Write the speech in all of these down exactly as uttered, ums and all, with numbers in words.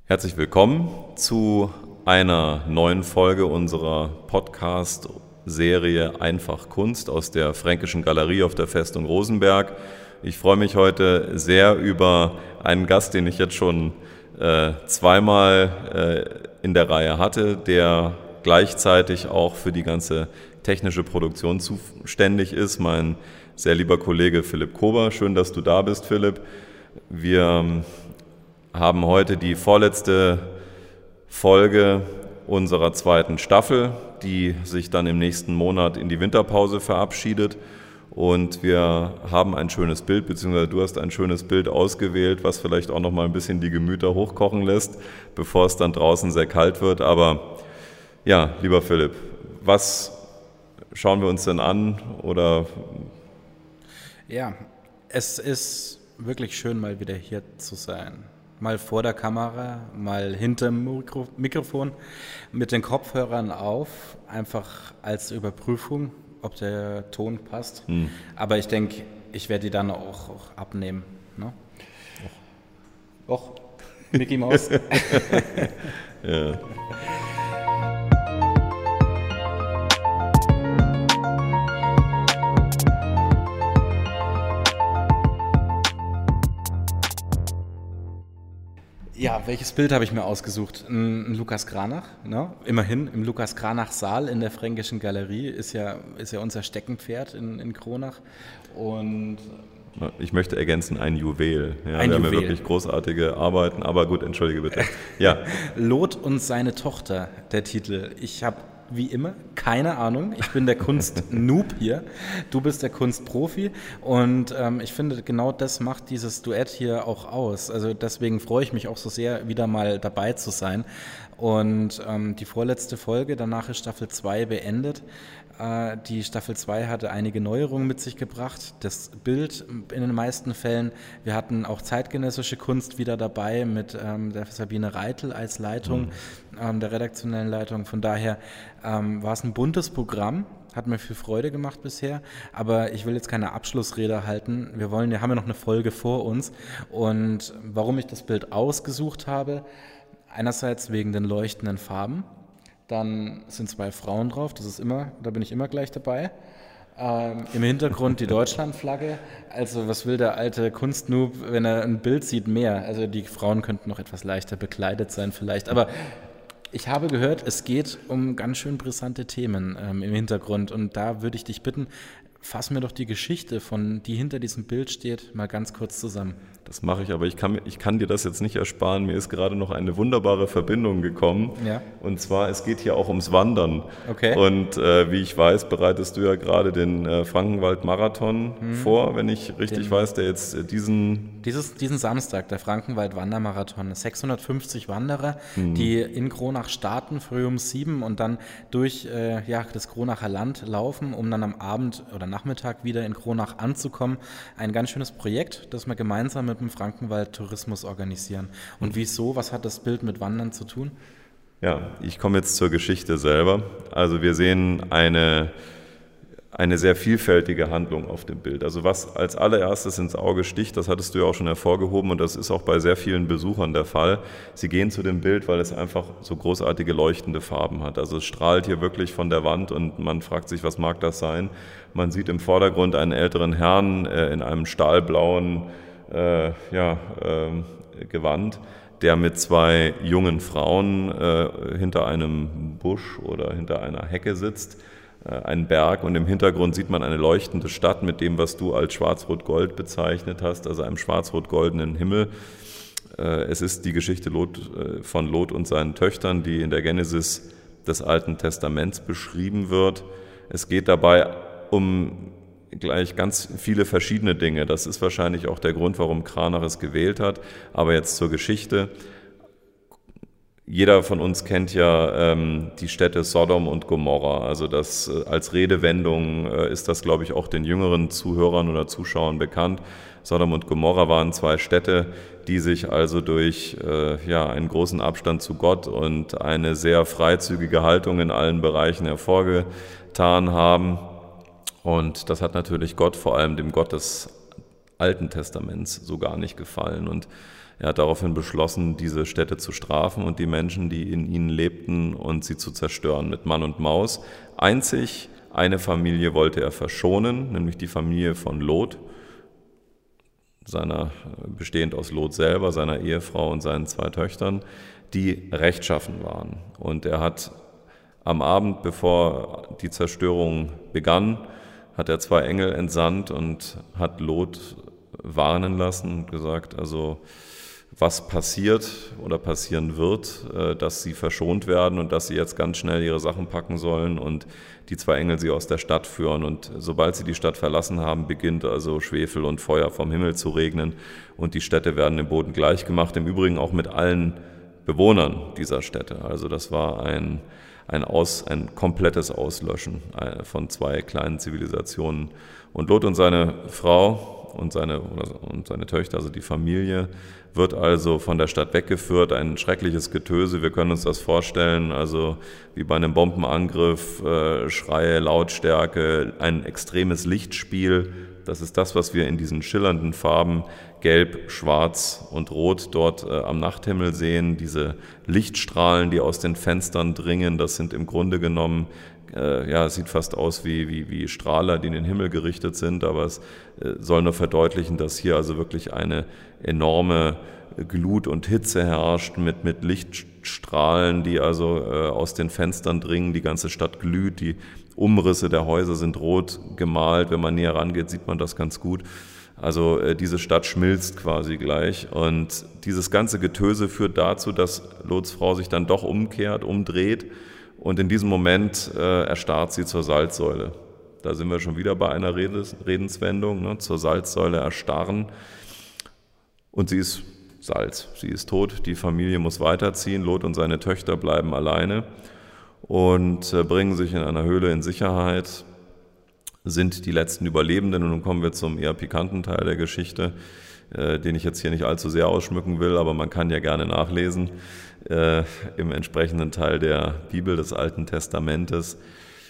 Herzlich willkommen zu einer neuen Folge unserer Podcast-Serie Einfach Kunst aus der Fränkischen Galerie auf der Festung Rosenberg. Ich freue mich heute sehr über einen Gast, den ich jetzt schon äh, zweimal äh, in der Reihe hatte, der gleichzeitig auch für die ganze technische Produktion zuständig ist, mein sehr lieber Kollege Philipp Kober. Schön, dass du da bist, Philipp. Wir haben heute die vorletzte Folge unserer zweiten Staffel, die sich dann im nächsten Monat in die Winterpause verabschiedet. Und wir haben ein schönes Bild, beziehungsweise du hast ein schönes Bild ausgewählt, was vielleicht auch noch mal ein bisschen die Gemüter hochkochen lässt, bevor es dann draußen sehr kalt wird. Aber ja, lieber Philipp, was schauen wir uns denn an? Oder ja, es ist wirklich schön, mal wieder hier zu sein. Mal vor der Kamera, mal hinterm Mikro- Mikrofon, mit den Kopfhörern auf, einfach als Überprüfung, ob der Ton passt. Hm. Aber ich denke, ich werde die dann auch, auch abnehmen. Ne? Och, Mickey Maus. Ja. Ja, welches Bild habe ich mir ausgesucht? Ein, ein Lukas Cranach, ne? Immerhin im Lukas Cranach-Saal in der Fränkischen Galerie ist ja, ist ja unser Steckenpferd in, in Kronach. Und ich möchte ergänzen, ein Juwel. Ja, ein wir Juwel. haben ja wirklich großartige Arbeiten, aber gut, entschuldige bitte. Ja. Lot und seine Tochter, der Titel. Ich habe wie immer keine Ahnung. Ich bin der Kunst-Noob hier. Du bist der Kunstprofi. Und ähm, ich finde, genau das macht dieses Duett hier auch aus. Also deswegen freue ich mich auch so sehr, wieder mal dabei zu sein. Und ähm, die vorletzte Folge, danach ist Staffel zwei beendet. Äh, die Staffel zwei hatte einige Neuerungen mit sich gebracht. Das Bild in den meisten Fällen. Wir hatten auch zeitgenössische Kunst wieder dabei mit ähm, der Sabine Reitel als Leitung, mhm. ähm, der redaktionellen Leitung. Von daher ähm, war es ein buntes Programm. Hat mir viel Freude gemacht bisher, aber ich will jetzt keine Abschlussrede halten. Wir wollen, wir haben ja noch eine Folge vor uns. Und warum ich das Bild ausgesucht habe, einerseits wegen den leuchtenden Farben, dann sind zwei Frauen drauf, das ist immer, da bin ich immer gleich dabei. Ähm, Im Hintergrund die Deutschlandflagge. Also was will der alte Kunstnoob, wenn er ein Bild sieht, mehr? Also die Frauen könnten noch etwas leichter bekleidet sein vielleicht, aber ich habe gehört, es geht um ganz schön brisante Themen ähm, im Hintergrund und da würde ich dich bitten, fass mir doch die Geschichte, von die hinter diesem Bild steht, mal ganz kurz zusammen. Das mache ich, aber ich kann, ich kann dir das jetzt nicht ersparen. Mir ist gerade noch eine wunderbare Verbindung gekommen. Ja. Und zwar, es geht hier auch ums Wandern. Okay. Und äh, wie ich weiß, bereitest du ja gerade den äh, Frankenwald-Marathon hm. vor, wenn ich richtig den, weiß, der jetzt äh, diesen... Dieses, diesen Samstag, der Frankenwald-Wandermarathon. sechshundertfünfzig Wanderer, hm. die in Kronach starten, früh um sieben und dann durch äh, ja, das Kronacher Land laufen, um dann am Abend oder Nachmittag wieder in Kronach anzukommen. Ein ganz schönes Projekt, das wir gemeinsam mit dem Frankenwald Tourismus organisieren. Und wieso, was hat das Bild mit Wandern zu tun? Ja, ich komme jetzt zur Geschichte selber. Also wir sehen eine, eine sehr vielfältige Handlung auf dem Bild. Also was als allererstes ins Auge sticht, das hattest du ja auch schon hervorgehoben und das ist auch bei sehr vielen Besuchern der Fall. Sie gehen zu dem Bild, weil es einfach so großartige leuchtende Farben hat. Also es strahlt hier wirklich von der Wand und man fragt sich, was mag das sein? Man sieht im Vordergrund einen älteren Herrn äh, in einem stahlblauen Äh, ja, äh, Gewand, der mit zwei jungen Frauen äh, hinter einem Busch oder hinter einer Hecke sitzt, äh, ein Berg und im Hintergrund sieht man eine leuchtende Stadt mit dem, was du als Schwarz-Rot-Gold bezeichnet hast, also einem schwarz-rot-goldenen Himmel. Äh, es ist die Geschichte Lot, äh, von Lot und seinen Töchtern, die in der Genesis des Alten Testaments beschrieben wird. Es geht dabei um gleich ganz viele verschiedene Dinge. Das ist wahrscheinlich auch der Grund, warum Cranach es gewählt hat. Aber jetzt zur Geschichte. Jeder von uns kennt ja ähm, die Städte Sodom und Gomorra. Also das äh, als Redewendung äh, ist das, glaube ich, auch den jüngeren Zuhörern oder Zuschauern bekannt. Sodom und Gomorra waren zwei Städte, die sich also durch äh, ja, einen großen Abstand zu Gott und eine sehr freizügige Haltung in allen Bereichen hervorgetan haben. Und das hat natürlich Gott, vor allem dem Gott des Alten Testaments, so gar nicht gefallen. Und Er hat daraufhin beschlossen, diese Städte zu strafen und die Menschen, die in ihnen lebten, und sie zu zerstören mit Mann und Maus. Einzig eine Familie wollte er verschonen, nämlich die Familie von Lot, seiner, bestehend aus Lot selber, seiner Ehefrau und seinen zwei Töchtern, die rechtschaffen waren. Und er hat am Abend, bevor die Zerstörung begann, hat er zwei Engel entsandt und hat Lot warnen lassen und gesagt, also was passiert oder passieren wird, dass sie verschont werden und dass sie jetzt ganz schnell ihre Sachen packen sollen und die zwei Engel sie aus der Stadt führen. Und sobald sie die Stadt verlassen haben, beginnt also Schwefel und Feuer vom Himmel zu regnen und die Städte werden dem Boden gleichgemacht, im Übrigen auch mit allen Bewohnern dieser Städte. Also das war ein, ein, Aus, ein komplettes Auslöschen von zwei kleinen Zivilisationen. Und Lot und seine Frau und seine, und seine Töchter, also die Familie, wird also von der Stadt weggeführt. Ein schreckliches Getöse, wir können uns das vorstellen, also wie bei einem Bombenangriff, äh, Schreie, Lautstärke, ein extremes Lichtspiel. Das ist das, was wir in diesen schillernden Farben Gelb, Schwarz und Rot dort äh, am Nachthimmel sehen. Diese Lichtstrahlen, die aus den Fenstern dringen, das sind im Grunde genommen, äh, ja, es sieht fast aus wie, wie, wie Strahler, die in den Himmel gerichtet sind, aber es äh, soll nur verdeutlichen, dass hier also wirklich eine enorme Glut und Hitze herrscht mit, mit Lichtstrahlen, die also äh, aus den Fenstern dringen. Die ganze Stadt glüht, die Umrisse der Häuser sind rot gemalt. Wenn man näher rangeht, sieht man das ganz gut. Also äh, diese Stadt schmilzt quasi gleich. Und dieses ganze Getöse führt dazu, dass Lots Frau sich dann doch umkehrt, umdreht. Und in diesem Moment äh, erstarrt sie zur Salzsäule. Da sind wir schon wieder bei einer Redes, Redenswendung, ne? Zur Salzsäule erstarren. Und sie ist Salz, sie ist tot, die Familie muss weiterziehen, Lot und seine Töchter bleiben alleine und bringen sich in einer Höhle in Sicherheit, sind die letzten Überlebenden. Und nun kommen wir zum eher pikanten Teil der Geschichte, äh, den ich jetzt hier nicht allzu sehr ausschmücken will, aber man kann ja gerne nachlesen, äh, im entsprechenden Teil der Bibel des Alten Testamentes.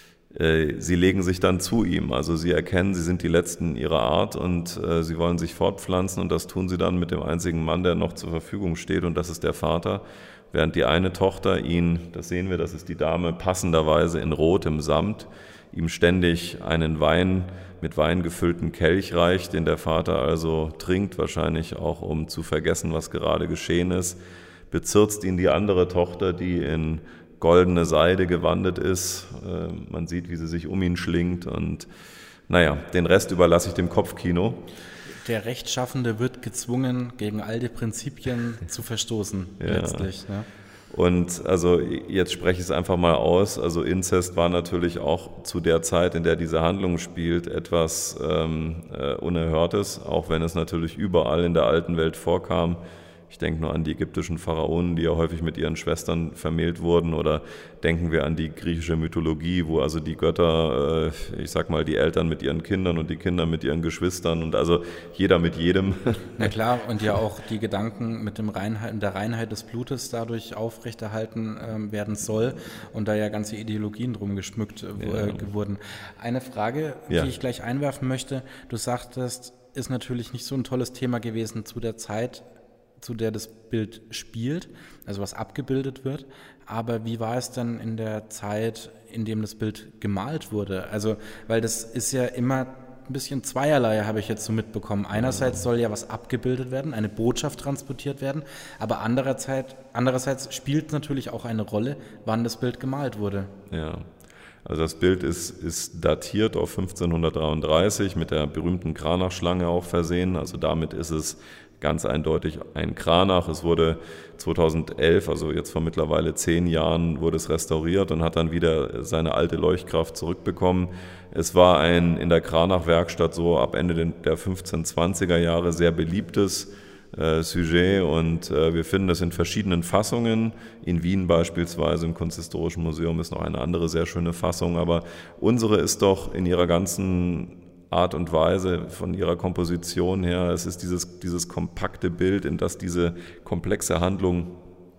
Sie legen sich dann zu ihm, also sie erkennen, sie sind die Letzten ihrer Art und äh, sie wollen sich fortpflanzen und das tun sie dann mit dem einzigen Mann, der noch zur Verfügung steht, und das ist der Vater, während die eine Tochter ihn, das sehen wir, das ist die Dame, passenderweise in rotem Samt, ihm ständig einen Wein mit Wein gefüllten Kelch reicht, den der Vater also trinkt, wahrscheinlich auch um zu vergessen, was gerade geschehen ist, bezirzt ihn die andere Tochter, die in goldene Seide gewandet ist. Man sieht, wie sie sich um ihn schlingt und naja, den Rest überlasse ich dem Kopfkino. Der Rechtschaffende wird gezwungen, gegen alte Prinzipien zu verstoßen, ja. Letztlich. Ne? Und also jetzt spreche ich es einfach mal aus, also Inzest war natürlich auch zu der Zeit, in der diese Handlung spielt, etwas ähm, äh, Unerhörtes, auch wenn es natürlich überall in der alten Welt vorkam. Ich denke nur an die ägyptischen Pharaonen, die ja häufig mit ihren Schwestern vermählt wurden, oder denken wir an die griechische Mythologie, wo also die Götter, ich sag mal, die Eltern mit ihren Kindern und die Kinder mit ihren Geschwistern und also jeder mit jedem. Na klar, und ja auch die Gedanken mit dem Reinheit, der Reinheit des Blutes dadurch aufrechterhalten ähm, werden soll und da ja ganze Ideologien drum geschmückt äh, ja. wurden. Eine Frage, ja. die ich gleich einwerfen möchte, du sagtest, ist natürlich nicht so ein tolles Thema gewesen zu der Zeit, zu der das Bild spielt, also was abgebildet wird. Aber wie war es dann in der Zeit, in dem das Bild gemalt wurde? Also, weil das ist ja immer ein bisschen zweierlei, habe ich jetzt so mitbekommen. Einerseits soll ja was abgebildet werden, eine Botschaft transportiert werden, aber andererseits, andererseits spielt natürlich auch eine Rolle, wann das Bild gemalt wurde. Ja. Also das Bild ist, ist datiert auf fünfzehnhundertdreiunddreißig, mit der berühmten Cranach-Schlange auch versehen. Also damit ist es ganz eindeutig ein Cranach. Es wurde zweitausendelf, also jetzt vor mittlerweile zehn Jahren, wurde es restauriert und hat dann wieder seine alte Leuchtkraft zurückbekommen. Es war ein in der Cranach-Werkstatt so ab Ende der fünfzehnhundertzwanziger Jahre sehr beliebtes äh, Sujet und äh, wir finden es in verschiedenen Fassungen. In Wien beispielsweise im Kunsthistorischen Museum ist noch eine andere sehr schöne Fassung, aber unsere ist doch in ihrer ganzen Art und Weise, von ihrer Komposition her, es ist dieses, dieses kompakte Bild, in das diese komplexe Handlung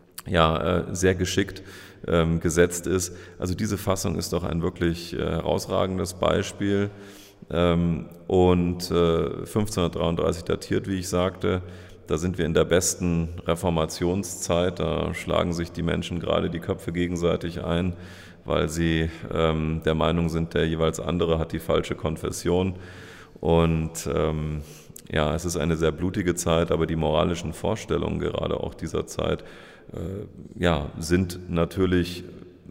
ja äh, sehr geschickt ähm, gesetzt ist. Also diese Fassung ist doch ein wirklich äh, herausragendes Beispiel ähm, und äh, fünfzehnhundertdreiunddreißig datiert, wie ich sagte. Da sind wir in der besten Reformationszeit, da schlagen sich die Menschen gerade die Köpfe gegenseitig ein, weil sie ähm, der Meinung sind, der jeweils andere hat die falsche Konfession. Und ähm, ja, es ist eine sehr blutige Zeit, aber die moralischen Vorstellungen gerade auch dieser Zeit äh, ja, sind natürlich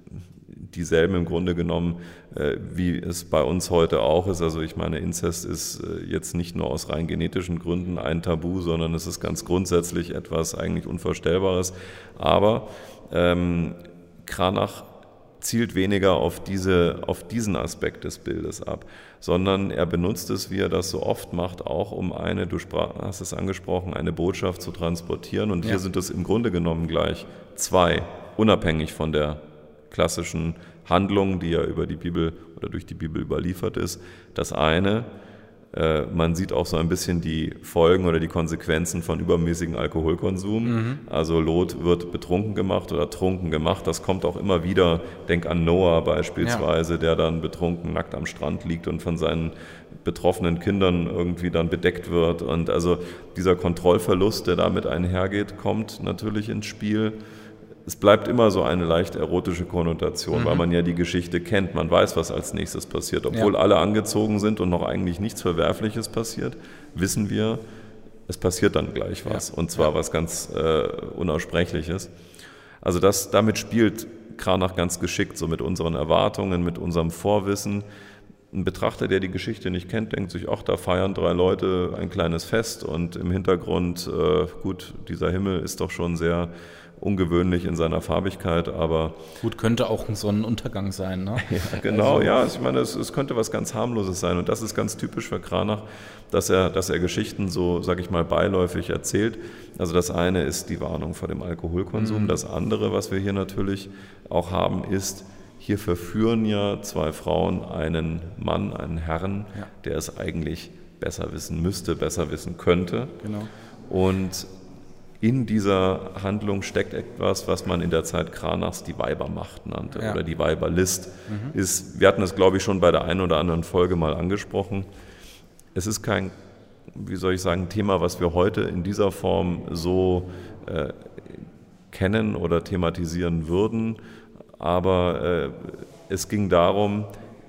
dieselben im Grunde genommen, äh, wie es bei uns heute auch ist. Also ich meine, Inzest ist äh, jetzt nicht nur aus rein genetischen Gründen ein Tabu, sondern es ist ganz grundsätzlich etwas eigentlich Unvorstellbares. Aber ähm, Cranach zielt weniger auf, diese, auf diesen Aspekt des Bildes ab, sondern er benutzt es, wie er das so oft macht, auch um eine, du sprach, hast es angesprochen, eine Botschaft zu transportieren. Und ja. Hier sind es im Grunde genommen gleich zwei, unabhängig von der klassischen Handlung, die ja über die Bibel oder durch die Bibel überliefert ist. Das eine, äh, man sieht auch so ein bisschen die Folgen oder die Konsequenzen von übermäßigem Alkoholkonsum. Mhm. Also Lot wird betrunken gemacht oder trunken gemacht. Das kommt auch immer wieder. Denk an Noah beispielsweise, ja. der dann betrunken nackt am Strand liegt und von seinen betroffenen Kindern irgendwie dann bedeckt wird. Und also dieser Kontrollverlust, der damit einhergeht, kommt natürlich ins Spiel. Es bleibt immer so eine leicht erotische Konnotation, mhm. weil man ja die Geschichte kennt. Man weiß, was als nächstes passiert. Obwohl ja. alle angezogen sind und noch eigentlich nichts Verwerfliches passiert, wissen wir, es passiert dann gleich was. Ja. Und zwar ja. was ganz äh, Unaussprechliches. Also das, damit spielt Cranach ganz geschickt, so mit unseren Erwartungen, mit unserem Vorwissen. Ein Betrachter, der die Geschichte nicht kennt, denkt sich, ach, da feiern drei Leute ein kleines Fest und im Hintergrund, äh, gut, dieser Himmel ist doch schon sehr ungewöhnlich in seiner Farbigkeit, aber... Gut, könnte auch ein Sonnenuntergang sein, ne? Ja, genau, also, ja, ich meine, es, es könnte was ganz Harmloses sein und das ist ganz typisch für Cranach, dass er, dass er Geschichten so, sag ich mal, beiläufig erzählt. Also das eine ist die Warnung vor dem Alkoholkonsum, mhm. das andere, was wir hier natürlich auch haben, ist, hier verführen ja zwei Frauen einen Mann, einen Herrn, ja. der es eigentlich besser wissen müsste, besser wissen könnte. Genau. Und in dieser Handlung steckt etwas, was man in der Zeit Cranachs die Weibermacht nannte ja. oder die Weiberlist. Mhm. Ist, wir hatten es, glaube ich, schon bei der einen oder anderen Folge mal angesprochen. Es ist kein, wie soll ich sagen, Thema, was wir heute in dieser Form so äh, kennen oder thematisieren würden. Aber äh, es ging darum,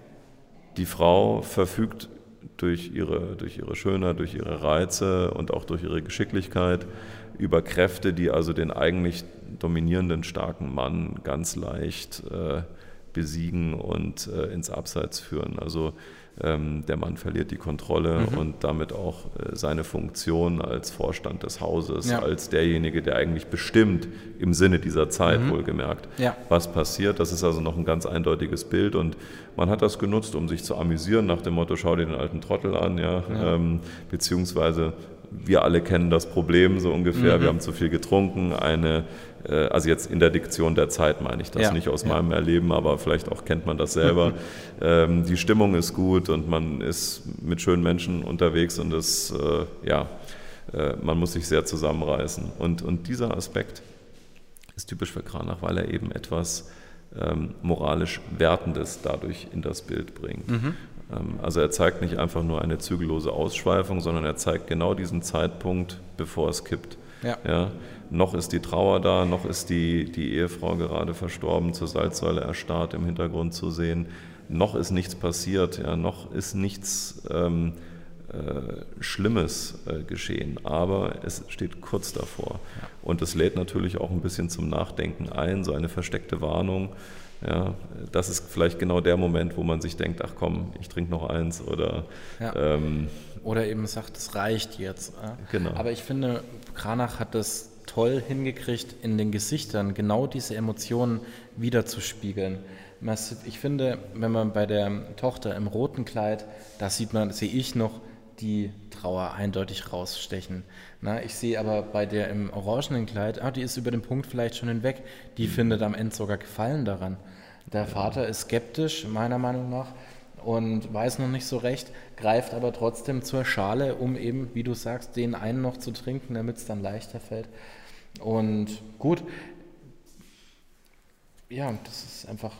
die Frau verfügt durch ihre, durch ihre Schönheit, durch ihre Reize und auch durch ihre Geschicklichkeit über Kräfte, die also den eigentlich dominierenden starken Mann ganz leicht äh, besiegen und äh, ins Abseits führen. Also ähm, der Mann verliert die Kontrolle mhm. und damit auch äh, seine Funktion als Vorstand des Hauses, ja. als derjenige, der eigentlich bestimmt, im Sinne dieser Zeit mhm. wohlgemerkt, ja. was passiert. Das ist also noch ein ganz eindeutiges Bild und man hat das genutzt, um sich zu amüsieren, nach dem Motto, schau dir den alten Trottel an, ja, ja. Ähm, beziehungsweise wir alle kennen das Problem so ungefähr, mhm. wir haben zu viel getrunken, eine, äh, also jetzt in der Diktion der Zeit meine ich das, ja. nicht aus ja. meinem Erleben, aber vielleicht auch kennt man das selber. ähm, die Stimmung ist gut und man ist mit schönen Menschen unterwegs und das, äh, ja, äh, man muss sich sehr zusammenreißen. Und, und dieser Aspekt ist typisch für Cranach, weil er eben etwas ähm, moralisch Wertendes dadurch in das Bild bringt. Mhm. Also er zeigt nicht einfach nur eine zügellose Ausschweifung, sondern er zeigt genau diesen Zeitpunkt, bevor es kippt. Ja. Ja, noch ist die Trauer da, noch ist die, die Ehefrau gerade verstorben, zur Salzsäule erstarrt im Hintergrund zu sehen, noch ist nichts passiert, ja, noch ist nichts ähm, äh, Schlimmes äh, geschehen, aber es steht kurz davor. Ja. Und es lädt natürlich auch ein bisschen zum Nachdenken ein, so eine versteckte Warnung. Ja, das ist vielleicht genau der Moment, wo man sich denkt, ach komm, ich trinke noch eins oder ja. ähm, oder eben sagt, es reicht jetzt. Genau. Aber ich finde, Cranach hat das toll hingekriegt, in den Gesichtern genau diese Emotionen wiederzuspiegeln. Ich finde, wenn man bei der Tochter im roten Kleid, da sieht man, sehe ich noch die Trauer eindeutig rausstechen. Na, ich sehe aber bei der im orangenen Kleid, ah, die ist über den Punkt vielleicht schon hinweg, die mhm. findet am Ende sogar Gefallen daran. Der ja. Vater ist skeptisch, meiner Meinung nach, und weiß noch nicht so recht, greift aber trotzdem zur Schale, um eben, wie du sagst, den einen noch zu trinken, damit es dann leichter fällt. Und gut, ja, das ist einfach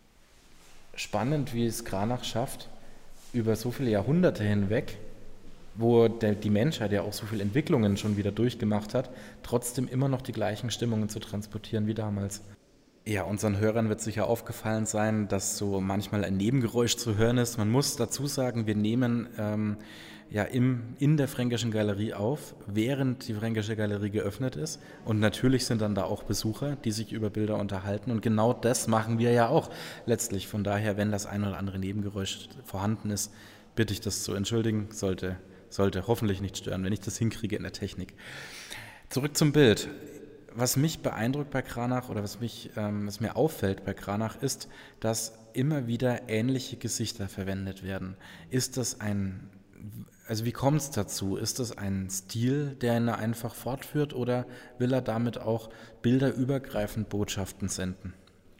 spannend, wie es Cranach schafft, über so viele Jahrhunderte hinweg wo der, die Menschheit ja auch so viele Entwicklungen schon wieder durchgemacht hat, trotzdem immer noch die gleichen Stimmungen zu transportieren wie damals. Ja, unseren Hörern wird sicher aufgefallen sein, dass so manchmal ein Nebengeräusch zu hören ist. Man muss dazu sagen, wir nehmen ähm, ja im, in der Fränkischen Galerie auf, während die Fränkische Galerie geöffnet ist. Und natürlich sind dann da auch Besucher, die sich über Bilder unterhalten. Und genau das machen wir ja auch letztlich. Von daher, wenn das ein oder andere Nebengeräusch vorhanden ist, bitte ich das zu entschuldigen. Sollte, sollte hoffentlich nicht stören, wenn ich das hinkriege in der Technik. Zurück zum Bild. Was mich beeindruckt bei Cranach oder was, mich, ähm, was mir auffällt bei Cranach ist, dass immer wieder ähnliche Gesichter verwendet werden. Ist das ein, also wie kommt es dazu? Ist das ein Stil, der ihn einfach fortführt oder will er damit auch bilderübergreifend Botschaften senden?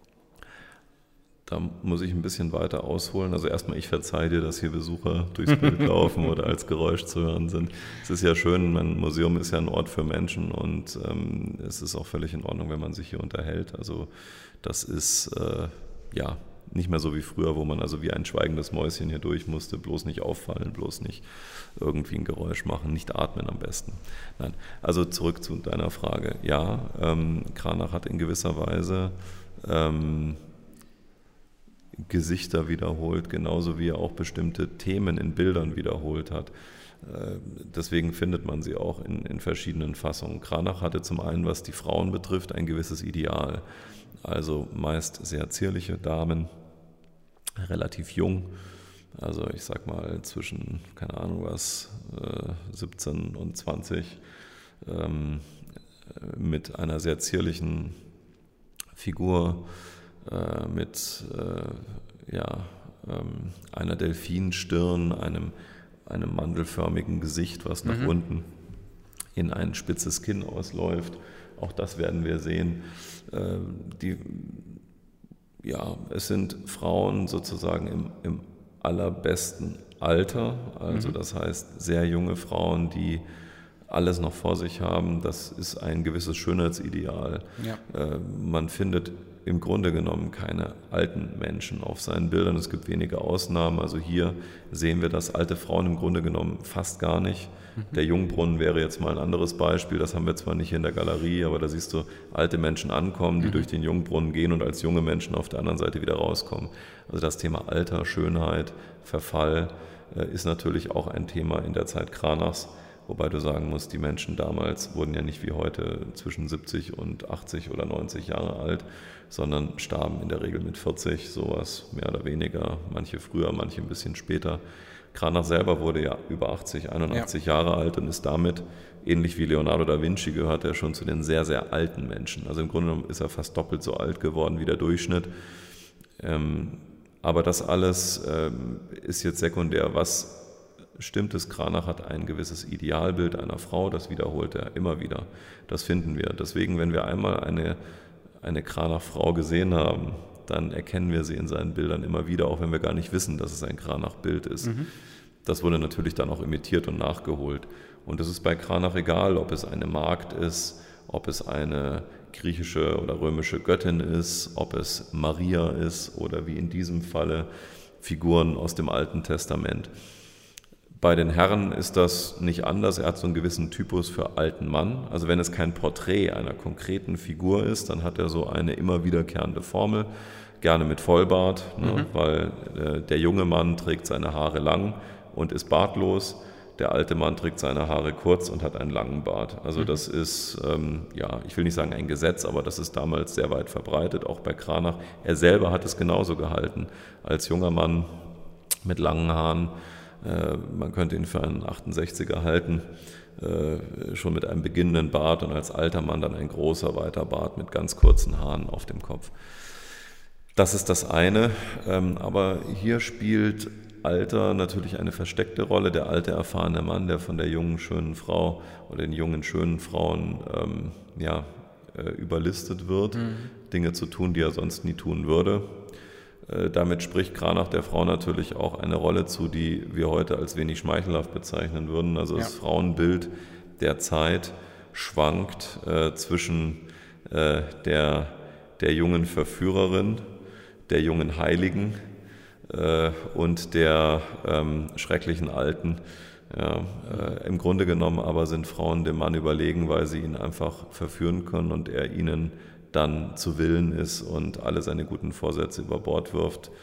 Da muss ich ein bisschen weiter ausholen. Also erstmal, ich verzeihe dir, dass hier Besucher durchs Bild laufen oder als Geräusch zu hören sind. Es ist ja schön, mein Museum ist ja ein Ort für Menschen und ähm, es ist auch völlig in Ordnung, wenn man sich hier unterhält. Also das ist äh, ja nicht mehr so wie früher, wo man also wie ein schweigendes Mäuschen hier durch musste, bloß nicht auffallen, bloß nicht irgendwie ein Geräusch machen, nicht atmen am besten. Nein, also zurück zu deiner Frage. Ja, ähm, Cranach hat in gewisser Weise ähm, Gesichter wiederholt, genauso wie er auch bestimmte Themen in Bildern wiederholt hat. Deswegen findet man sie auch in, in verschiedenen Fassungen. Cranach hatte zum einen, was die Frauen betrifft, ein gewisses Ideal. Also meist sehr zierliche Damen, relativ jung, also ich sag mal zwischen, keine Ahnung was, siebzehn und zwanzig, mit einer sehr zierlichen Figur, mit äh, ja, ähm, einer Delfinstirn, einem, einem mandelförmigen Gesicht, was nach mhm. unten in ein spitzes Kinn ausläuft. Auch das werden wir sehen. Äh, die, ja, es sind Frauen sozusagen im, im allerbesten Alter, also mhm. das heißt sehr junge Frauen, die alles noch vor sich haben. Das ist ein gewisses Schönheitsideal. Ja. Äh, man findet im Grunde genommen keine alten Menschen auf seinen Bildern. Es gibt wenige Ausnahmen. Also hier sehen wir das alte Frauen im Grunde genommen fast gar nicht. Mhm. Der Jungbrunnen wäre jetzt mal ein anderes Beispiel. Das haben wir zwar nicht hier in der Galerie, aber da siehst du alte Menschen ankommen, die mhm. durch den Jungbrunnen gehen und als junge Menschen auf der anderen Seite wieder rauskommen. Also das Thema Alter, Schönheit, Verfall äh, ist natürlich auch ein Thema in der Zeit Cranachs. Wobei du sagen musst, die Menschen damals wurden ja nicht wie heute zwischen siebzig und achtzig oder neunzig Jahre alt, sondern starben in der Regel mit vierzig, sowas mehr oder weniger, manche früher, manche ein bisschen später. Cranach selber wurde ja über achtzig, einundachtzig ja. Jahre alt und ist damit, ähnlich wie Leonardo da Vinci, gehört er schon zu den sehr, sehr alten Menschen. Also im Grunde genommen ist er fast doppelt so alt geworden wie der Durchschnitt. Ähm, aber das alles ähm, ist jetzt sekundär. Was stimmt es, Cranach hat ein gewisses Idealbild einer Frau, das wiederholt er immer wieder. Das finden wir. Deswegen, wenn wir einmal eine, eine Cranach-Frau gesehen haben, dann erkennen wir sie in seinen Bildern immer wieder, auch wenn wir gar nicht wissen, dass es ein Cranach-Bild ist. Mhm. Das wurde natürlich dann auch imitiert und nachgeholt. Und es ist bei Cranach egal, ob es eine Magd ist, ob es eine griechische oder römische Göttin ist, ob es Maria ist oder wie in diesem Falle Figuren aus dem Alten Testament. Bei den Herren ist das nicht anders. Er hat so einen gewissen Typus für alten Mann. Also wenn es kein Porträt einer konkreten Figur ist, dann hat er so eine immer wiederkehrende Formel, gerne mit Vollbart, mhm. ne, weil äh, der junge Mann trägt seine Haare lang und ist bartlos. Der alte Mann trägt seine Haare kurz und hat einen langen Bart. Also mhm. das ist, ähm, ja, ich will nicht sagen ein Gesetz, aber das ist damals sehr weit verbreitet, auch bei Cranach. Er selber hat es genauso gehalten. Als junger Mann mit langen Haaren, man könnte ihn für einen achtundsechziger halten, schon mit einem beginnenden Bart und als alter Mann dann ein großer, weiter Bart mit ganz kurzen Haaren auf dem Kopf. Das ist das eine, aber hier spielt Alter natürlich eine versteckte Rolle. Der alte, erfahrene Mann, der von der jungen, schönen Frau oder den jungen, schönen Frauen ähm, ja, überlistet wird, mhm. Dinge zu tun, die er sonst nie tun würde. Damit spricht Cranach der Frau natürlich auch eine Rolle zu, die wir heute als wenig schmeichelhaft bezeichnen würden. Also das ja. Frauenbild der Zeit schwankt äh, zwischen äh, der, der jungen Verführerin, der jungen Heiligen äh, und der ähm, schrecklichen Alten, Ja, äh, im Grunde genommen aber sind Frauen dem Mann überlegen, weil sie ihn einfach verführen können und er ihnen dann zu Willen ist und alle seine guten Vorsätze über Bord wirft.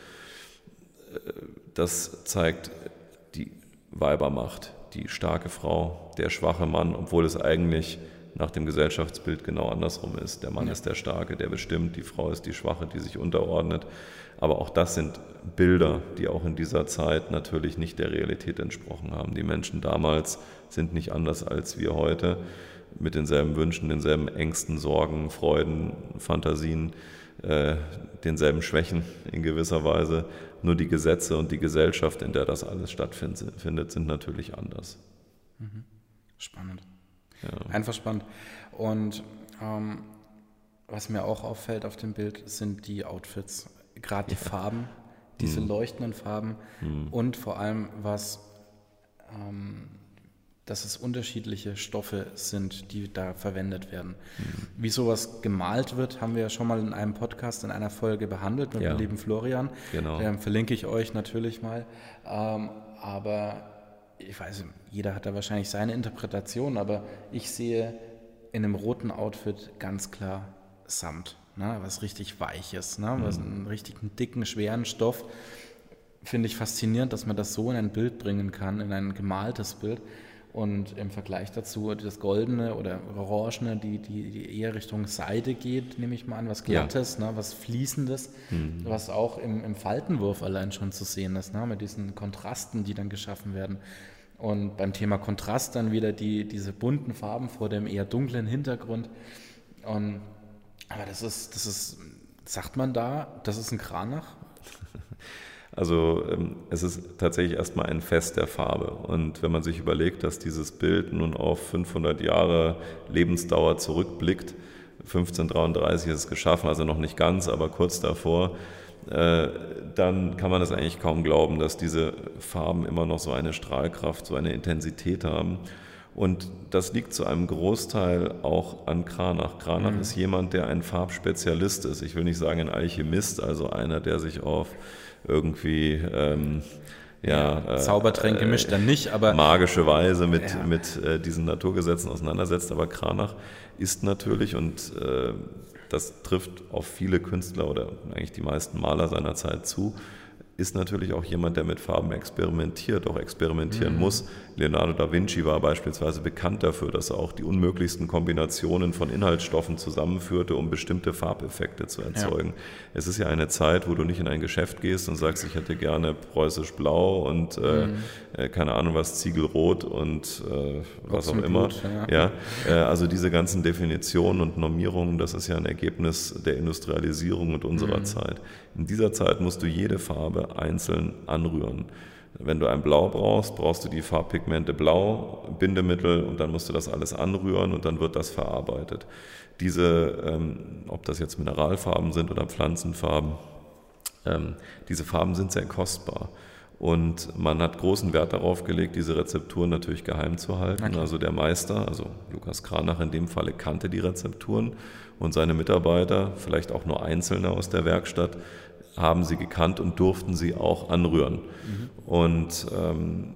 Das zeigt die Weibermacht, die starke Frau, der schwache Mann, obwohl es eigentlich nach dem Gesellschaftsbild genau andersrum ist. Der Mann ja. ist der Starke, der bestimmt, die Frau ist die Schwache, die sich unterordnet. Aber auch das sind Bilder, die auch in dieser Zeit natürlich nicht der Realität entsprochen haben. Die Menschen damals sind nicht anders als wir heute, mit denselben Wünschen, denselben Ängsten, Sorgen, Freuden, Fantasien, äh, denselben Schwächen in gewisser Weise. Nur die Gesetze und die Gesellschaft, in der das alles stattfindet, sind natürlich anders. Spannend. Ja. Einfach spannend. Und ähm, was mir auch auffällt auf dem Bild, sind die Outfits. Gerade die ja. Farben, diese hm. leuchtenden Farben hm. und vor allem, was, ähm, dass es unterschiedliche Stoffe sind, die da verwendet werden. Hm. Wie sowas gemalt wird, haben wir ja schon mal in einem Podcast, in einer Folge behandelt mit ja. dem lieben Florian. Genau. Ähm, verlinke ich euch natürlich mal. Ähm, aber ich weiß, jeder hat da wahrscheinlich seine Interpretation, aber ich sehe in einem roten Outfit ganz klar Samt. Ne, was richtig Weiches, ne, was einen richtig dicken, schweren Stoff. Finde ich faszinierend, dass man das so in ein Bild bringen kann, in ein gemaltes Bild. Und im Vergleich dazu das Goldene oder Orangene, die, die, die eher Richtung Seide geht, nehme ich mal an, was Glattes, ja. ne, was Fließendes, mhm. was auch im, im Faltenwurf allein schon zu sehen ist, ne, mit diesen Kontrasten, die dann geschaffen werden. Und beim Thema Kontrast dann wieder die, diese bunten Farben vor dem eher dunklen Hintergrund. Und aber das ist, das ist, sagt man da, das ist ein Kranach? Also es ist tatsächlich erstmal ein Fest der Farbe. Und wenn man sich überlegt, dass dieses Bild nun auf fünfhundert Jahre Lebensdauer zurückblickt, fünfzehnhundertdreiunddreißig ist es geschaffen, also noch nicht ganz, aber kurz davor, äh, dann kann man es eigentlich kaum glauben, dass diese Farben immer noch so eine Strahlkraft, so eine Intensität haben. Und das liegt zu einem Großteil auch an Kranach. Kranach mhm. ist jemand, der ein Farbspezialist ist. Ich will nicht sagen ein Alchemist, also einer, der sich auf irgendwie ähm, ja, ja, Zaubertränke äh, mischt dann nicht, aber magische Weise mit, ja. mit äh, diesen Naturgesetzen auseinandersetzt. Aber Kranach ist natürlich, und äh, das trifft auf viele Künstler oder eigentlich die meisten Maler seiner Zeit zu, ist natürlich auch jemand, der mit Farben experimentiert, auch experimentieren mhm. muss. Leonardo da Vinci war beispielsweise bekannt dafür, dass er auch die unmöglichsten Kombinationen von Inhaltsstoffen zusammenführte, um bestimmte Farbeffekte zu erzeugen. Ja. Es ist ja eine Zeit, wo du nicht in ein Geschäft gehst und sagst, ich hätte gerne preußisch blau und mhm. äh, keine Ahnung was, Ziegelrot und äh, was auch immer. Blut, ja. Ja, äh, also diese ganzen Definitionen und Normierungen, das ist ja ein Ergebnis der Industrialisierung und unserer mhm. Zeit. In dieser Zeit musst du jede Farbe einzeln anrühren. Wenn du ein Blau brauchst, brauchst du die Farbpigmente Blau, Bindemittel und dann musst du das alles anrühren und dann wird das verarbeitet. Diese, ähm, ob das jetzt Mineralfarben sind oder Pflanzenfarben, ähm, diese Farben sind sehr kostbar. Und man hat großen Wert darauf gelegt, diese Rezepturen natürlich geheim zu halten. Okay. Also der Meister, also Lukas Kranach in dem Falle, kannte die Rezepturen und seine Mitarbeiter, vielleicht auch nur Einzelne aus der Werkstatt, haben sie gekannt und durften sie auch anrühren. Mhm. Und ähm,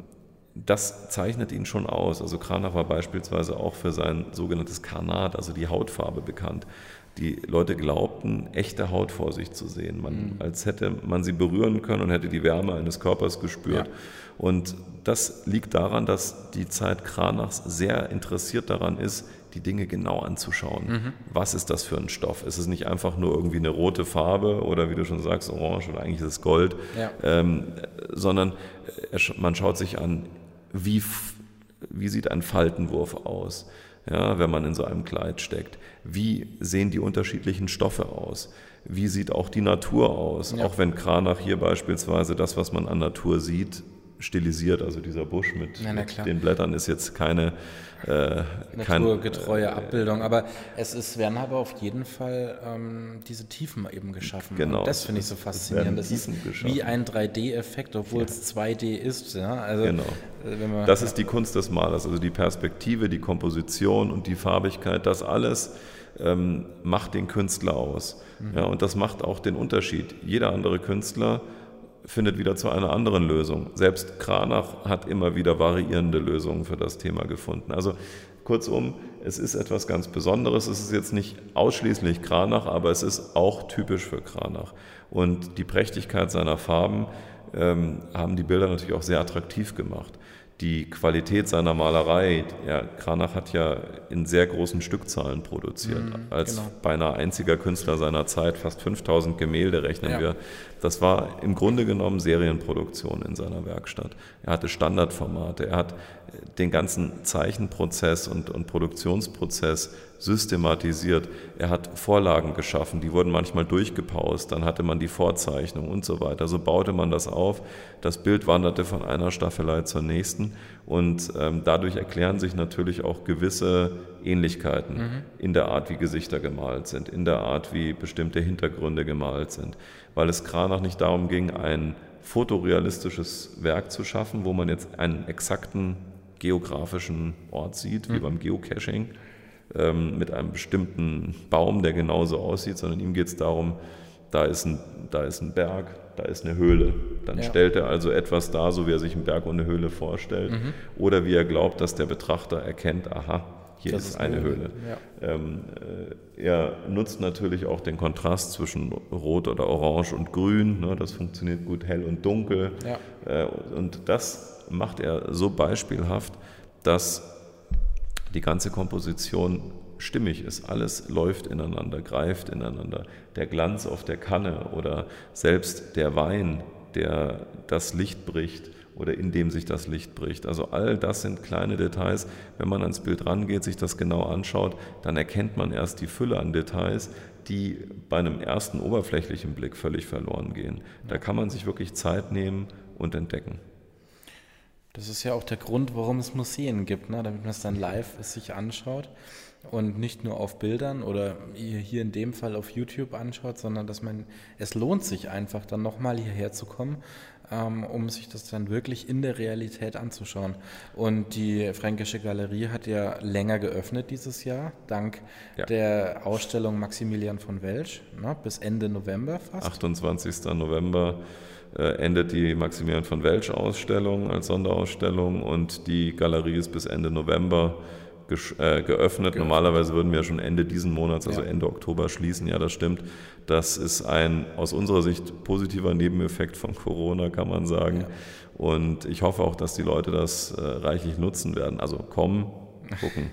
das zeichnet ihn schon aus. Also Kranach war beispielsweise auch für sein sogenanntes Karnat, also die Hautfarbe, bekannt. Die Leute glaubten, echte Haut vor sich zu sehen, man, mhm. als hätte man sie berühren können und hätte die Wärme eines Körpers gespürt. Ja. Und das liegt daran, dass die Zeit Kranachs sehr interessiert daran ist, die Dinge genau anzuschauen. Mhm. Was ist das für ein Stoff? Es ist nicht einfach nur irgendwie eine rote Farbe oder wie du schon sagst, orange oder eigentlich ist es Gold, ja. ähm, sondern man schaut sich an, wie, wie sieht ein Faltenwurf aus, ja, wenn man in so einem Kleid steckt. Wie sehen die unterschiedlichen Stoffe aus? Wie sieht auch die Natur aus? Ja. Auch wenn Kranach hier beispielsweise das, was man an Natur sieht, stilisiert, also dieser Busch mit, ja, mit den Blättern ist jetzt keine äh, naturgetreue kein, Abbildung, aber es ist, werden aber auf jeden Fall ähm, diese Tiefen eben geschaffen. Genau. Und das finde ich so faszinierend. Das ist wie ein drei D-Effekt, obwohl ja. es zwei D ist. Ja? Also, genau. Wenn man, das ist die Kunst des Malers, also die Perspektive, die Komposition und die Farbigkeit, das alles ähm, macht den Künstler aus. Mhm. Ja, und das macht auch den Unterschied. Jeder andere Künstler findet wieder zu einer anderen Lösung. Selbst Cranach hat immer wieder variierende Lösungen für das Thema gefunden. Also kurzum, es ist etwas ganz Besonderes. Es ist jetzt nicht ausschließlich Cranach, aber es ist auch typisch für Cranach. Und die Prächtigkeit seiner Farben ähm, haben die Bilder natürlich auch sehr attraktiv gemacht. Die Qualität seiner Malerei, ja, Cranach hat ja in sehr großen Stückzahlen produziert, mm, als genau. beinahe einziger Künstler seiner Zeit, fast fünftausend Gemälde rechnen ja. wir. Das war im Grunde genommen Serienproduktion in seiner Werkstatt. Er hatte Standardformate, er hat den ganzen Zeichenprozess und, und Produktionsprozess systematisiert. Er hat Vorlagen geschaffen, die wurden manchmal durchgepaust, dann hatte man die Vorzeichnung und so weiter. So baute man das auf. Das Bild wanderte von einer Staffelei zur nächsten und ähm, dadurch erklären sich natürlich auch gewisse Ähnlichkeiten mhm. in der Art, wie Gesichter gemalt sind, in der Art, wie bestimmte Hintergründe gemalt sind, weil es Cranach nicht darum ging, ein fotorealistisches Werk zu schaffen, wo man jetzt einen exakten geografischen Ort sieht, wie mhm. beim Geocaching, ähm, mit einem bestimmten Baum, der genauso aussieht, sondern ihm geht es darum, da ist, ein, da ist ein Berg, da ist eine Höhle. Dann ja. stellt er also etwas dar, so wie er sich einen Berg und eine Höhle vorstellt, mhm. oder wie er glaubt, dass der Betrachter erkennt, aha, hier das ist eine Höhle. Höhle. Ja. Ähm, äh, er nutzt natürlich auch den Kontrast zwischen Rot oder Orange und Grün, ne, das funktioniert gut, hell und dunkel. Ja. Äh, und das macht er so beispielhaft, dass die ganze Komposition stimmig ist. Alles läuft ineinander, greift ineinander. Der Glanz auf der Kanne oder selbst der Wein, der das Licht bricht oder in dem sich das Licht bricht. Also all das sind kleine Details. Wenn man ans Bild rangeht, sich das genau anschaut, dann erkennt man erst die Fülle an Details, die bei einem ersten oberflächlichen Blick völlig verloren gehen. Da kann man sich wirklich Zeit nehmen und entdecken. Das ist ja auch der Grund, warum es Museen gibt, ne? Damit man es dann live sich anschaut und nicht nur auf Bildern oder hier in dem Fall auf YouTube anschaut, sondern dass man, es lohnt sich einfach dann nochmal hierher zu kommen, ähm, um sich das dann wirklich in der Realität anzuschauen. Und die Fränkische Galerie hat ja länger geöffnet dieses Jahr, dank ja. der Ausstellung Maximilian von Welsch, ne? Bis Ende November fast. achtundzwanzigsten November endet die Maximilian von Welsch Ausstellung als Sonderausstellung und die Galerie ist bis Ende November ge- äh, geöffnet. Ge- Normalerweise würden wir schon Ende diesen Monats, also ja. Ende Oktober schließen. Ja, das stimmt. Das ist ein aus unserer Sicht positiver Nebeneffekt von Corona, kann man sagen. Ja. Und ich hoffe auch, dass die Leute das äh, reichlich nutzen werden. Also kommen, gucken.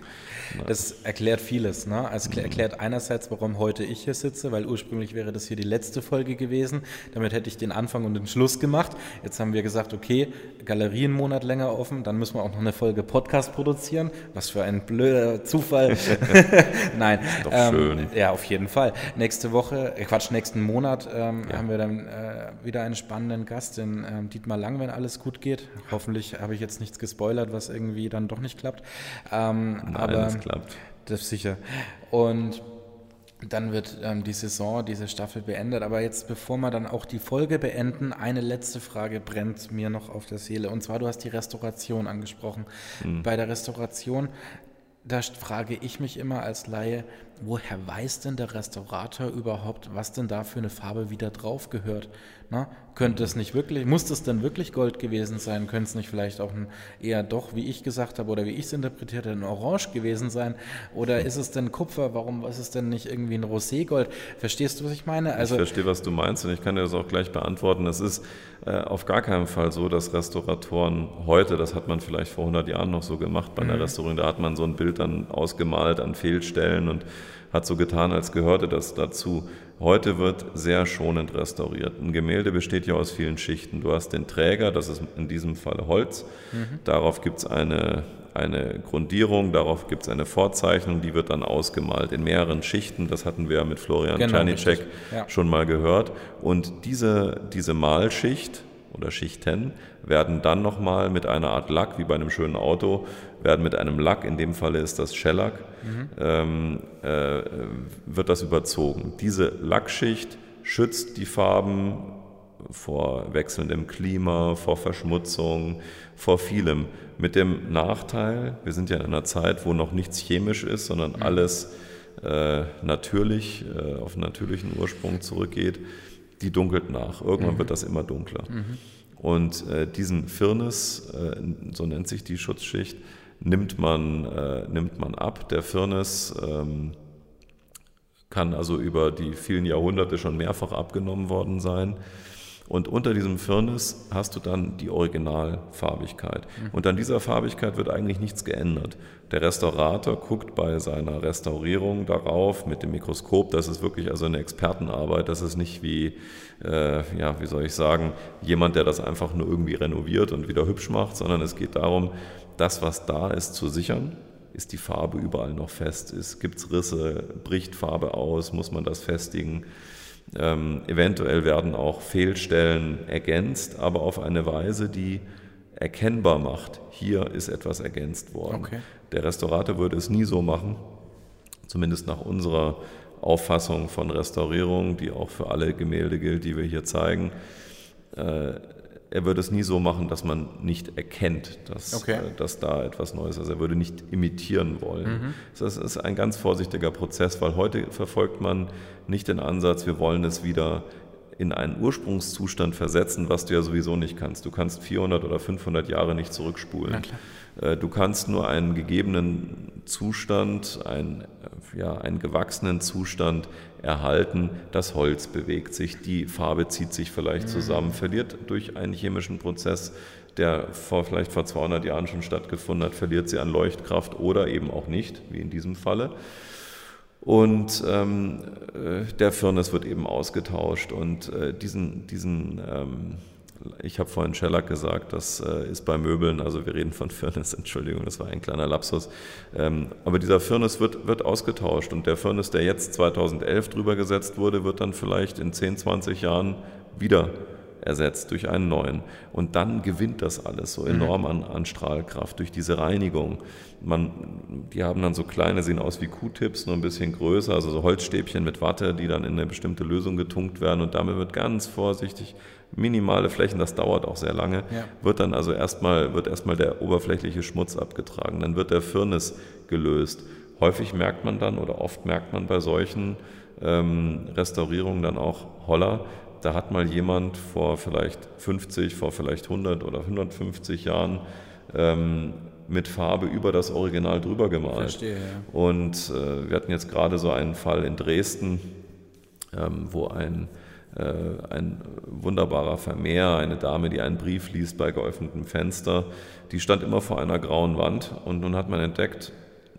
Das erklärt vieles, ne? Also erklärt einerseits, warum heute ich hier sitze, weil ursprünglich wäre das hier die letzte Folge gewesen. Damit hätte ich den Anfang und den Schluss gemacht. Jetzt haben wir gesagt, okay, Galerie einen Monat länger offen, dann müssen wir auch noch eine Folge Podcast produzieren. Was für ein blöder Zufall. Nein. Ist doch ähm, schön. Ja, auf jeden Fall. Nächste Woche, äh Quatsch, nächsten Monat ähm, ja. haben wir dann äh, wieder einen spannenden Gast, den ähm, Dietmar Lang, wenn alles gut geht. Hoffentlich habe ich jetzt nichts gespoilert, was irgendwie dann doch nicht klappt. Ähm, Nein, aber das klappt. Das ist sicher. Und dann wird ähm, die Saison, diese Staffel beendet. Aber jetzt, bevor wir dann auch die Folge beenden, eine letzte Frage brennt mir noch auf der Seele. Und zwar, du hast die Restauration angesprochen. Mhm. Bei der Restauration, da frage ich mich immer als Laie, woher weiß denn der Restaurator überhaupt, was denn da für eine Farbe wieder drauf gehört? Na, könnte es nicht wirklich, muss das denn wirklich Gold gewesen sein? Könnte es nicht vielleicht auch ein eher doch, wie ich gesagt habe oder wie ich es interpretiert habe, ein Orange gewesen sein? Oder ist es denn Kupfer? Warum ist es denn nicht irgendwie ein Roségold? Verstehst du, was ich meine? Also, ich verstehe, was du meinst und ich kann dir das auch gleich beantworten. Es ist äh, auf gar keinen Fall so, dass Restauratoren heute, das hat man vielleicht vor hundert Jahren noch so gemacht bei einer mhm. Restaurierung, da hat man so ein Bild dann ausgemalt an Fehlstellen und hat so getan, als gehörte das dazu. Heute wird sehr schonend restauriert. Ein Gemälde besteht ja aus vielen Schichten. Du hast den Träger, das ist in diesem Fall Holz. Mhm. Darauf gibt es eine, eine Grundierung, darauf gibt es eine Vorzeichnung, die wird dann ausgemalt in mehreren Schichten. Das hatten wir mit Florian genau, Czernicek ja. schon mal gehört. Und diese, diese Malschicht oder Schichten werden dann nochmal mit einer Art Lack, wie bei einem schönen Auto, werden mit einem Lack, in dem Falle ist das Shellac, mhm. ähm, äh, wird das überzogen. Diese Lackschicht schützt die Farben vor wechselndem Klima, vor Verschmutzung, vor vielem. Mit dem Nachteil, wir sind ja in einer Zeit, wo noch nichts chemisch ist, sondern mhm. alles äh, natürlich, äh, auf natürlichen Ursprung zurückgeht. die dunkelt nach. Irgendwann Mhm. wird das immer dunkler. Mhm. Und äh, diesen Firnis, äh, so nennt sich die Schutzschicht, nimmt man, äh, nimmt man ab. Der Firnis ähm, kann also über die vielen Jahrhunderte schon mehrfach abgenommen worden sein. Und unter diesem Firnis hast du dann die Originalfarbigkeit. Mhm. Und an dieser Farbigkeit wird eigentlich nichts geändert. Der Restaurator guckt bei seiner Restaurierung darauf mit dem Mikroskop. Das ist wirklich also eine Expertenarbeit. Das ist nicht wie, äh, ja, wie soll ich sagen, jemand, der das einfach nur irgendwie renoviert und wieder hübsch macht, sondern es geht darum, das, was da ist, zu sichern. Ist die Farbe überall noch fest? Gibt es Risse? Bricht Farbe aus? Muss man das festigen? Ähm, eventuell werden auch Fehlstellen ergänzt, aber auf eine Weise, die erkennbar macht, hier ist etwas ergänzt worden. Okay. Der Restaurator würde es nie so machen, zumindest nach unserer Auffassung von Restaurierung, die auch für alle Gemälde gilt, die wir hier zeigen. Äh, er würde es nie so machen, dass man nicht erkennt, dass, Okay. äh, dass da etwas Neues ist. Also er würde nicht imitieren wollen. Mhm. Das ist ein ganz vorsichtiger Prozess, weil heute verfolgt man nicht den Ansatz, wir wollen es wieder in einen Ursprungszustand versetzen, was du ja sowieso nicht kannst. Du kannst vierhundert oder fünfhundert Jahre nicht zurückspulen. Na klar. Äh, Du kannst nur einen gegebenen Zustand, einen, äh, ja, einen gewachsenen Zustand erhalten. Das Holz bewegt sich, die Farbe zieht sich vielleicht zusammen, verliert durch einen chemischen Prozess, der vor, vielleicht vor zweihundert Jahren schon stattgefunden hat, verliert sie an Leuchtkraft oder eben auch nicht, wie in diesem Falle. Und ähm, äh, der Firnis wird eben ausgetauscht und äh, diesen, diesen ähm, ich habe vorhin Shellac gesagt, das äh, ist bei Möbeln, also wir reden von Firnis, Entschuldigung, das war ein kleiner Lapsus, ähm, aber dieser Firnis wird, wird ausgetauscht und der Firnis, der jetzt zweitausendelf drüber gesetzt wurde, wird dann vielleicht in zehn, zwanzig Jahren wieder ersetzt durch einen neuen. Und dann gewinnt das alles so enorm an, an Strahlkraft durch diese Reinigung. Man, die haben dann so kleine, sehen aus wie Q-Tips, nur ein bisschen größer, also so Holzstäbchen mit Watte, die dann in eine bestimmte Lösung getunkt werden und damit wird ganz vorsichtig minimale Flächen, das dauert auch sehr lange, Ja. wird dann also erstmal, wird erstmal der oberflächliche Schmutz abgetragen, dann wird der Firnis gelöst. Häufig merkt man dann oder oft merkt man bei solchen ähm, Restaurierungen dann auch, holla, da hat mal jemand vor vielleicht fünfzig, vor vielleicht hundert oder hundertfünfzig Jahren ähm, mit Farbe über das Original drüber gemalt. Verstehe, ja. Und äh, wir hatten jetzt gerade so einen Fall in Dresden, ähm, wo ein, äh, ein wunderbarer Vermehr, eine Dame, die einen Brief liest bei geöffnetem Fenster, die stand immer vor einer grauen Wand und nun hat man entdeckt,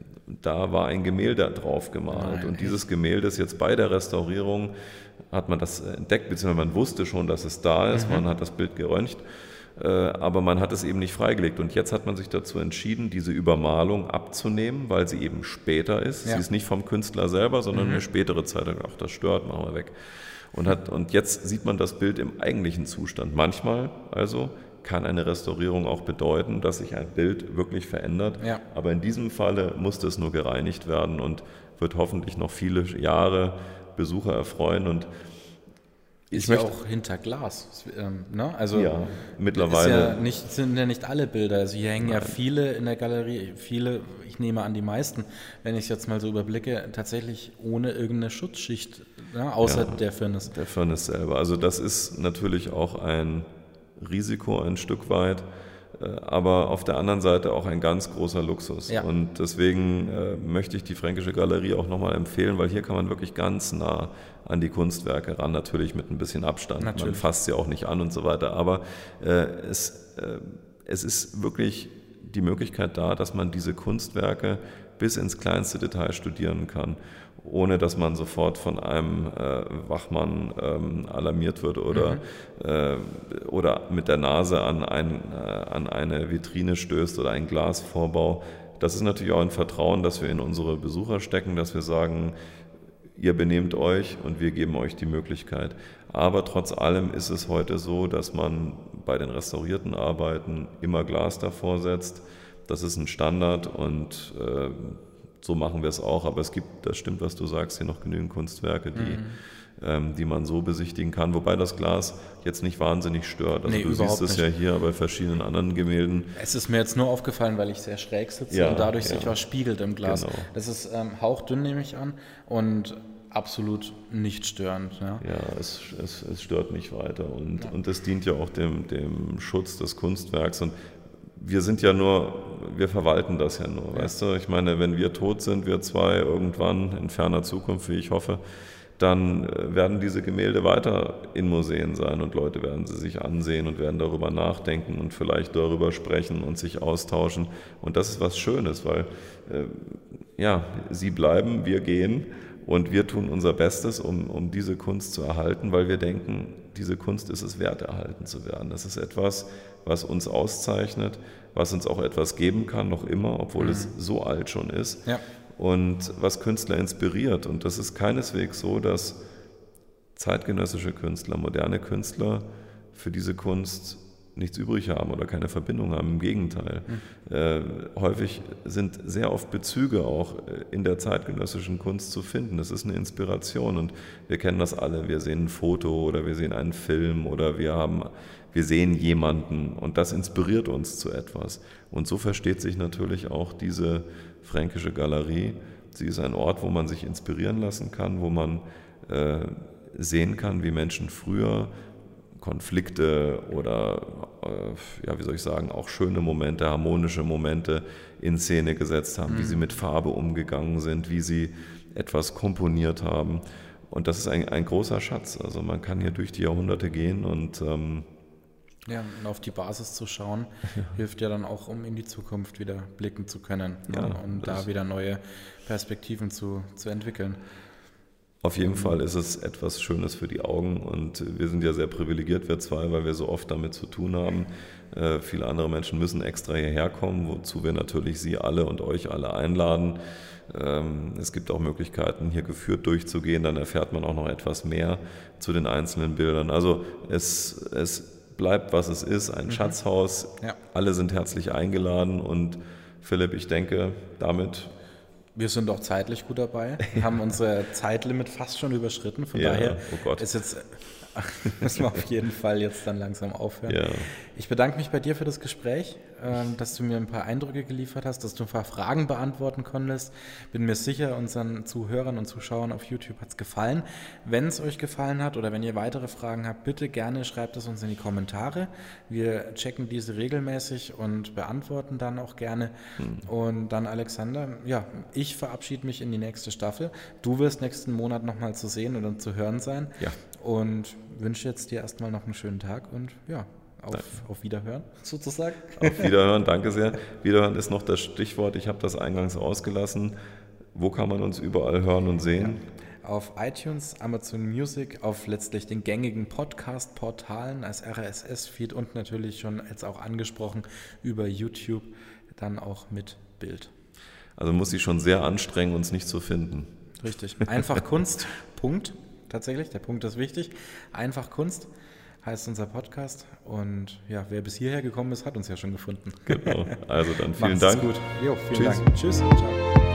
da war ein Gemälde drauf gemalt. Nein, und echt? dieses Gemälde ist jetzt bei der Restaurierung, hat man das entdeckt, beziehungsweise man wusste schon, dass es da ist, Mhm. man hat das Bild geröntgt, äh, aber man hat es eben nicht freigelegt. Und jetzt hat man sich dazu entschieden, diese Übermalung abzunehmen, weil sie eben später ist. Ja. Sie ist nicht vom Künstler selber, sondern Mhm. eine spätere Zeit. Ach, das stört, machen wir weg. Und, hat, und jetzt sieht man das Bild im eigentlichen Zustand. Manchmal also kann eine Restaurierung auch bedeuten, dass sich ein Bild wirklich verändert. Ja. Aber in diesem Falle musste es nur gereinigt werden und wird hoffentlich noch viele Jahre Besucher erfreuen. Und ich Ist ja möchte auch hinter Glas. Ähm, ne? Also ja, ist mittlerweile ja nicht, sind ja nicht alle Bilder. Also hier hängen ja viele in der Galerie, viele, ich nehme an die meisten, wenn ich es jetzt mal so überblicke, tatsächlich ohne irgendeine Schutzschicht, ne? Außer Ja. der Firnis. der Firnis selber. Also das ist natürlich auch ein Risiko ein Stück weit, äh, aber auf der anderen Seite auch ein ganz großer Luxus. Ja. Und deswegen äh, möchte ich die Fränkische Galerie auch nochmal empfehlen, weil hier kann man wirklich ganz nah an die Kunstwerke ran, natürlich mit ein bisschen Abstand. Man Natürlich. fasst sie auch nicht an und so weiter, aber äh, es, äh, es ist wirklich die Möglichkeit da, dass man diese Kunstwerke bis ins kleinste Detail studieren kann, ohne dass man sofort von einem äh, Wachmann ähm, alarmiert wird oder, Mhm. äh, oder mit der Nase an, ein, äh, an eine Vitrine stößt oder einen Glasvorbau. Das ist natürlich auch ein Vertrauen, das wir in unsere Besucher stecken, dass wir sagen, ihr benehmt euch und wir geben euch die Möglichkeit. Aber trotz allem ist es heute so, dass man bei den restaurierten Arbeiten immer Glas davor setzt. Das ist ein Standard und äh, so machen wir es auch. Aber es gibt, das stimmt, was du sagst, hier noch genügend Kunstwerke, die, Mhm. ähm, die man so besichtigen kann. Wobei das Glas jetzt nicht wahnsinnig stört. Also Nee, du überhaupt siehst es nicht. ja hier bei verschiedenen anderen Gemälden. Es ist mir jetzt nur aufgefallen, weil ich sehr schräg sitze Ja, und dadurch ja. sich was spiegelt im Glas. Genau. Das ist ähm, hauchdünn, nehme ich an. Und absolut nicht störend. Ja, ja es, es, es stört nicht weiter und, ja. und es dient ja auch dem, dem Schutz des Kunstwerks und wir sind ja nur, wir verwalten das ja nur, ja. weißt du? Ich meine, wenn wir tot sind, wir zwei irgendwann in ferner Zukunft, wie ich hoffe, dann werden diese Gemälde weiter in Museen sein und Leute werden sie sich ansehen und werden darüber nachdenken und vielleicht darüber sprechen und sich austauschen. Und das ist was Schönes, weil äh, ja, sie bleiben, wir gehen und wir tun unser Bestes, um, um diese Kunst zu erhalten, weil wir denken, diese Kunst ist es wert, erhalten zu werden. Das ist etwas, was uns auszeichnet, was uns auch etwas geben kann, noch immer, obwohl mhm. es so alt schon ist. Ja. Und was Künstler inspiriert. Und das ist keineswegs so, dass zeitgenössische Künstler, moderne Künstler für diese Kunst nichts übrig haben oder keine Verbindung haben. Im Gegenteil. Mhm. Äh, häufig sind sehr oft Bezüge auch in der zeitgenössischen Kunst zu finden. Das ist eine Inspiration und wir kennen das alle. Wir sehen ein Foto oder wir sehen einen Film oder wir haben, wir sehen jemanden und das inspiriert uns zu etwas. Und so versteht sich natürlich auch diese Fränkische Galerie. Sie ist ein Ort, wo man sich inspirieren lassen kann, wo man äh, sehen kann, wie Menschen früher Konflikte oder, äh, ja, wie soll ich sagen, auch schöne Momente, harmonische Momente in Szene gesetzt haben, mhm. wie sie mit Farbe umgegangen sind, wie sie etwas komponiert haben. Und das ist ein, ein großer Schatz. Also man kann hier durch die Jahrhunderte gehen und ähm, ja, und auf die Basis zu schauen, ja. hilft ja dann auch, um in die Zukunft wieder blicken zu können ja, ne? und da wieder neue Perspektiven zu, zu entwickeln. Auf jeden Fall ist es etwas Schönes für die Augen und wir sind ja sehr privilegiert, wir zwei, weil wir so oft damit zu tun haben. Äh, viele andere Menschen müssen extra hierher kommen, wozu wir natürlich Sie alle und euch alle einladen. Ähm, es gibt auch Möglichkeiten, hier geführt durchzugehen, dann erfährt man auch noch etwas mehr zu den einzelnen Bildern. Also es, es bleibt, was es ist, ein mhm. Schatzhaus. Ja. Alle sind herzlich eingeladen und Philipp, ich denke, damit... Wir sind auch zeitlich gut dabei, wir haben unser Zeitlimit fast schon überschritten, von ja, daher oh Gott. ist jetzt, müssen wir auf jeden Fall jetzt dann langsam aufhören. Ja. Ich bedanke mich bei dir für das Gespräch, dass du mir ein paar Eindrücke geliefert hast, dass du ein paar Fragen beantworten konntest. Bin mir sicher, unseren Zuhörern und Zuschauern auf YouTube hat es gefallen. Wenn es euch gefallen hat oder wenn ihr weitere Fragen habt, bitte gerne schreibt es uns in die Kommentare. Wir checken diese regelmäßig und beantworten dann auch gerne. Hm. Und dann Alexander, ja, ich verabschiede mich in die nächste Staffel. Du wirst nächsten Monat nochmal zu sehen oder zu hören sein. Ja. Und wünsche jetzt dir erstmal noch einen schönen Tag und ja, auf, auf Wiederhören sozusagen. Auf Wiederhören, danke sehr. Wiederhören ist noch das Stichwort, ich habe das eingangs ausgelassen. Wo kann man uns überall hören und sehen? Ja. Auf iTunes, Amazon Music, auf letztlich den gängigen Podcast-Portalen als R S S-Feed und natürlich schon jetzt auch angesprochen über YouTube, dann auch mit Bild. Also muss ich schon sehr anstrengen, uns nicht zu finden. Richtig. Einfach Kunst, Punkt. Tatsächlich, der Punkt ist wichtig. Einfach Kunst heißt unser Podcast. Und ja, wer bis hierher gekommen ist, hat uns ja schon gefunden. Genau. Also dann vielen Dank. Gut. Jo, vielen Tschüss. Dank. Tschüss. Ciao.